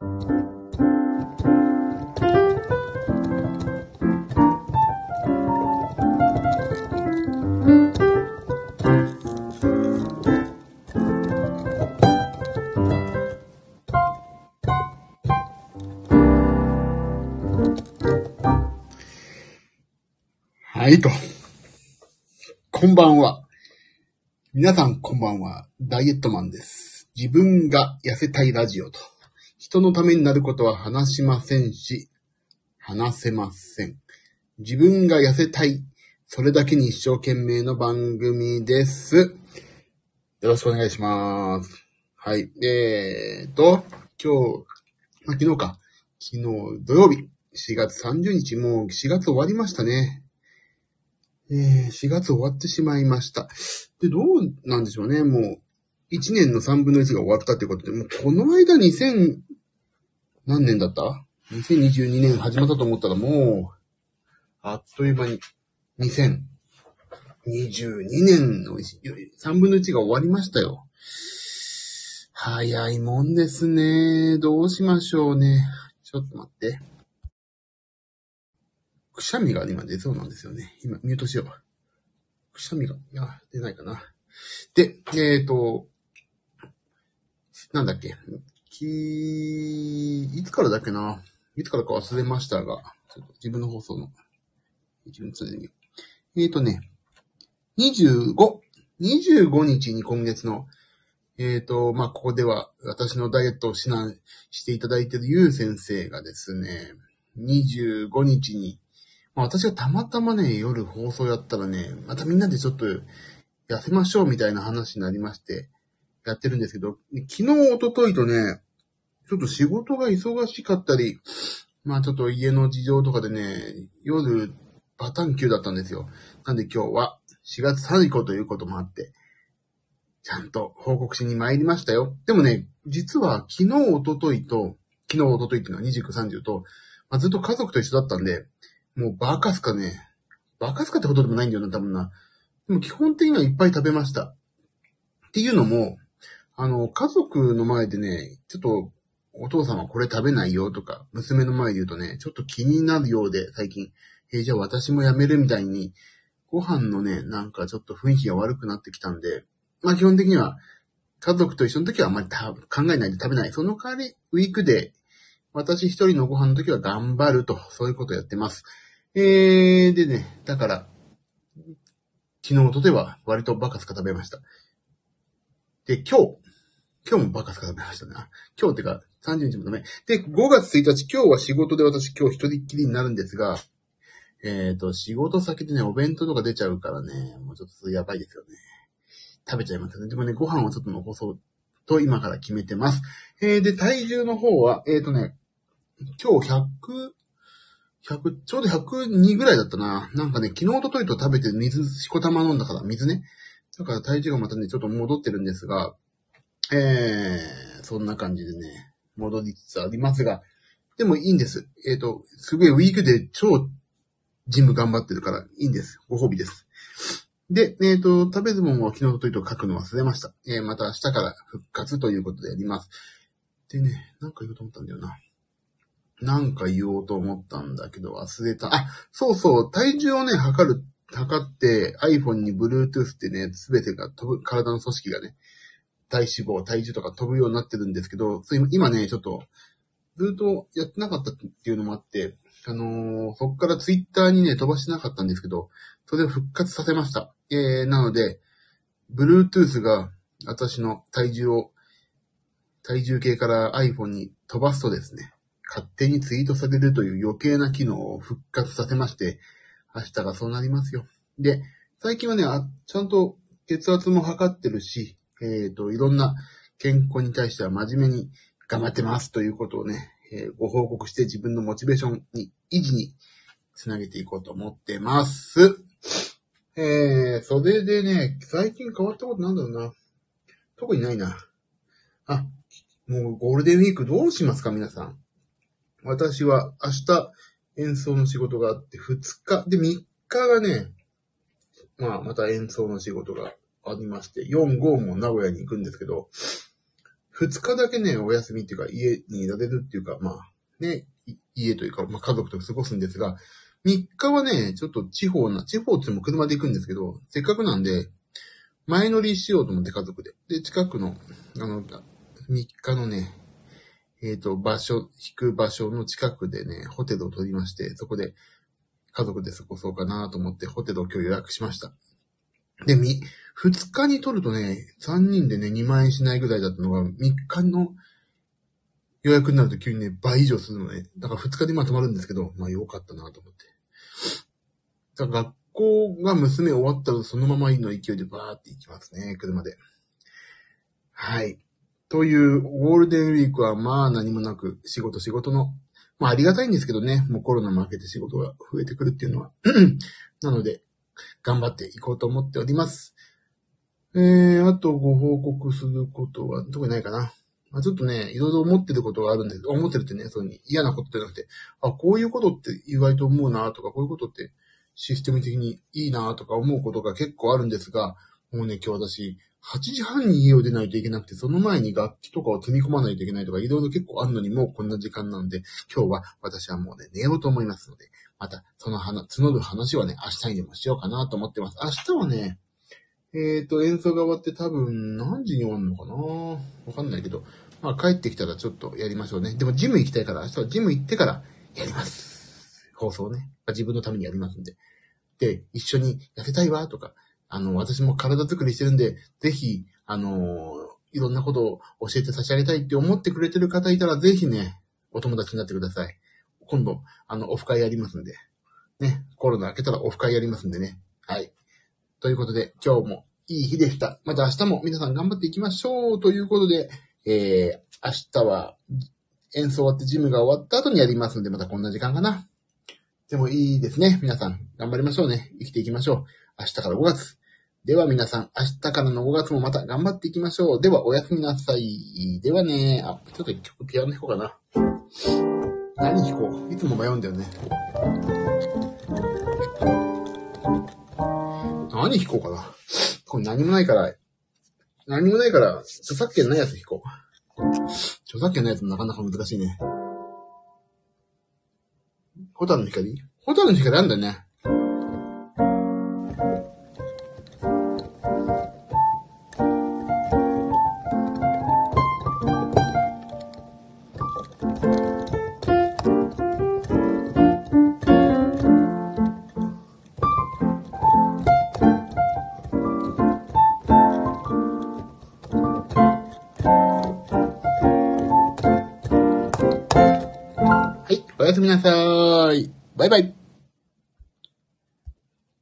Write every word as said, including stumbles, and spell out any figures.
はいと。こんばんは。皆さんこんばんは。ダイエットマンです。自分が痩せたいラジオと。人のためになることは話しませんし、話せません。自分が痩せたい。それだけに一生懸命の番組です。よろしくお願いします。はい。えーと、今日、まあ、昨日か。昨日土曜日。しがつさんじゅうにち、もうしがつ終わりましたね。えー、しがつ終わってしまいました。で、どうなんでしょうね。もう、いちねんのさんぶんのいちが終わったってことで、もうこの間にせん、何年だった ?にせんにじゅうに 年始まったと思ったらもう、あっという間ににせんにじゅうにねんのさんぶんのいちが終わりましたよ。早いもんですね。どうしましょうね。ちょっと待って。くしゃみが今出そうなんですよね。今、ミュートしよう。くしゃみが、いや、出ないかな。で、えっと、なんだっけ。き、いつからだっけな。いつからか忘れましたが、ちょっと自分の放送の、自分で見よう。えっとね、にじゅうご、にじゅうごにちに今月の、えっと、まあ、ここでは私のダイエットを指南していただいているゆう先生がですね、にじゅうごにちに、まあ、私がたまたまね、夜放送やったらね、またみんなでちょっと痩せましょうみたいな話になりまして、やってるんですけど、昨日、おとといとね、ちょっと仕事が忙しかったり、まあちょっと家の事情とかでね、夜バタン級だったんですよ。なんで今日はしがつさんじゅうごということもあって、ちゃんと報告しに参りましたよ。でもね、実は昨日、おとといと、昨日、おとといっていうのはにじゅうく、さんじゅうと、まあ、ずっと家族と一緒だったんで、もうバカすかね、バカすかってことでもないんだよな、多分な。でも基本的にはいっぱい食べました。っていうのも、あの、家族の前でね、ちょっと、お父さんはこれ食べないよとか、娘の前で言うとね、ちょっと気になるようで、最近、えー、じゃあ私もやめるみたいに、ご飯のね、なんかちょっと雰囲気が悪くなってきたんで、まあ基本的には、家族と一緒の時はあんまりた考えないで食べない。その代わり、ウィークで、私一人のご飯の時は頑張ると、そういうことをやってます。えー、でね、だから、昨日とでは割とバカスカ食べました。で、今日、今日もバカスカ食べましたね。今日ってか、さんじゅうにちもダメ。で、ごがつついたち、今日は仕事で私今日一人っきりになるんですが、えっと、仕事先でね、お弁当とか出ちゃうからね、もうちょっとやばいですよね。食べちゃいますよね。でもね、ご飯をちょっと残そうと今から決めてます。えー、で、体重の方は、えっとね、今日ひゃく、ひゃく、ちょうどひゃくにぐらいだったな。なんかね、昨日おとといと食べて水、しこたま飲んだから、水ね。だから体重がまたね、ちょっと戻ってるんですが、えー、そんな感じでね、戻りつつありますが、でもいいんです。えっと、すごいウィークで超ジム頑張ってるからいいんです。ご褒美です。で、えっと、食べるものを昨日といと書くの忘れました。えー、また明日から復活ということでやります。でね、なんか言おうと思ったんだよな。なんか言おうと思ったんだけど忘れた。あ、そうそう、体重をね、測る、測って iPhone に Bluetooth ってね、すべてが飛ぶ、体の組織がね、体脂肪、体重とか飛ぶようになってるんですけど、今ね、ちょっと、ずっとやってなかったっていうのもあって、あのー、そっからツイッターにね、飛ばしてなかったんですけど、それを復活させました。えー、なので、Bluetooth が私の体重を、体重計から iPhone に飛ばすとですね、勝手にツイートされるという余計な機能を復活させまして、明日がそうなりますよ。で、最近はね、あちゃんと血圧も測ってるし、えっと、いろんな健康に対しては真面目に頑張ってますということをね、えー、ご報告して自分のモチベーションに、維持につなげていこうと思ってます。えー、それでね、最近変わったことなんだろうな。特にないな。あ、もうゴールデンウィークどうしますか皆さん。私は明日演奏の仕事があってふつか、でみっかがね、まあまた演奏の仕事がありまして、よん、ごも名古屋に行くんですけど、 二日だけね、お休みっていうか、家にいられるっていうか、まあ、ね、家というか、まあ家族と過ごすんですが、三日はね、ちょっと地方な、地方って言っても車で行くんですけど、せっかくなんで、前乗りしようと思って家族で。で、近くの、あの、三日のね、えっと、場所、引く場所の近くでね、ホテルを取りまして、そこで家族で過ごそうかなと思って、ホテルを今日予約しました。で、み、二日に取るとね、三人でね、二万円しないぐらいだったのが、三日の予約になると急にね、倍以上するのね。だから二日でまあ泊まるんですけど、まあ良かったなと思って。だから学校が娘終わったらそのままいいの勢いでバーって行きますね、車で。はい。というゴールデンウィークはまあ何もなく仕事仕事の、まあありがたいんですけどね、もうコロナも明けて仕事が増えてくるっていうのは。なので、頑張っていこうと思っております。えー、あとご報告することは特にないかな。まあ、ちょっとね、いろいろ思ってることがあるんです。思ってるってね、そうに嫌なことじゃなくて、あ、こういうことって意外と思うなとか、こういうことってシステム的にいいなとか思うことが結構あるんですが、もうね、今日私、はちじはんに家を出ないといけなくて、その前に楽器とかを積み込まないといけないとか、いろいろ結構あるのにもうこんな時間なんで、今日は私はもうね、寝ようと思いますので、またその話、募る話はね、明日にでもしようかなと思ってます。明日はね、えっと、演奏が終わって多分何時に終わるのかなわかんないけど、まあ帰ってきたらちょっとやりましょうね。でもジム行きたいから、明日はジム行ってからやります。放送ね。自分のためにやりますんで。で、一緒に痩せたいわとか、あの、私も体作りしてるんで、ぜひ、あの、いろんなことを教えて差し上げたいって思ってくれてる方いたら、ぜひね、お友達になってください。今度、あの、オフ会やりますんで。ね、コロナ明けたらオフ会やりますんでね。はい。ということで、今日もいい日でした。また明日も皆さん頑張っていきましょう。ということで、えー、明日は演奏終わってジムが終わった後にやりますので、またこんな時間かな。でもいいですね。皆さん頑張りましょうね。生きていきましょう。明日からごがつ。では皆さん、明日からのごがつもまた頑張っていきましょう。ではおやすみなさい。ではね、あ、ちょっと一曲ピアノ弾こうかな。何弾こう？いつも迷うんだよね。何弾こうかな。これ何もないから、何もないから、著作権ないやつ弾こう。著作権ないやつもなかなか難しいね。ホタルの光？ホタルの光あんだよね。はい、おやすみなさーい。バイバイ。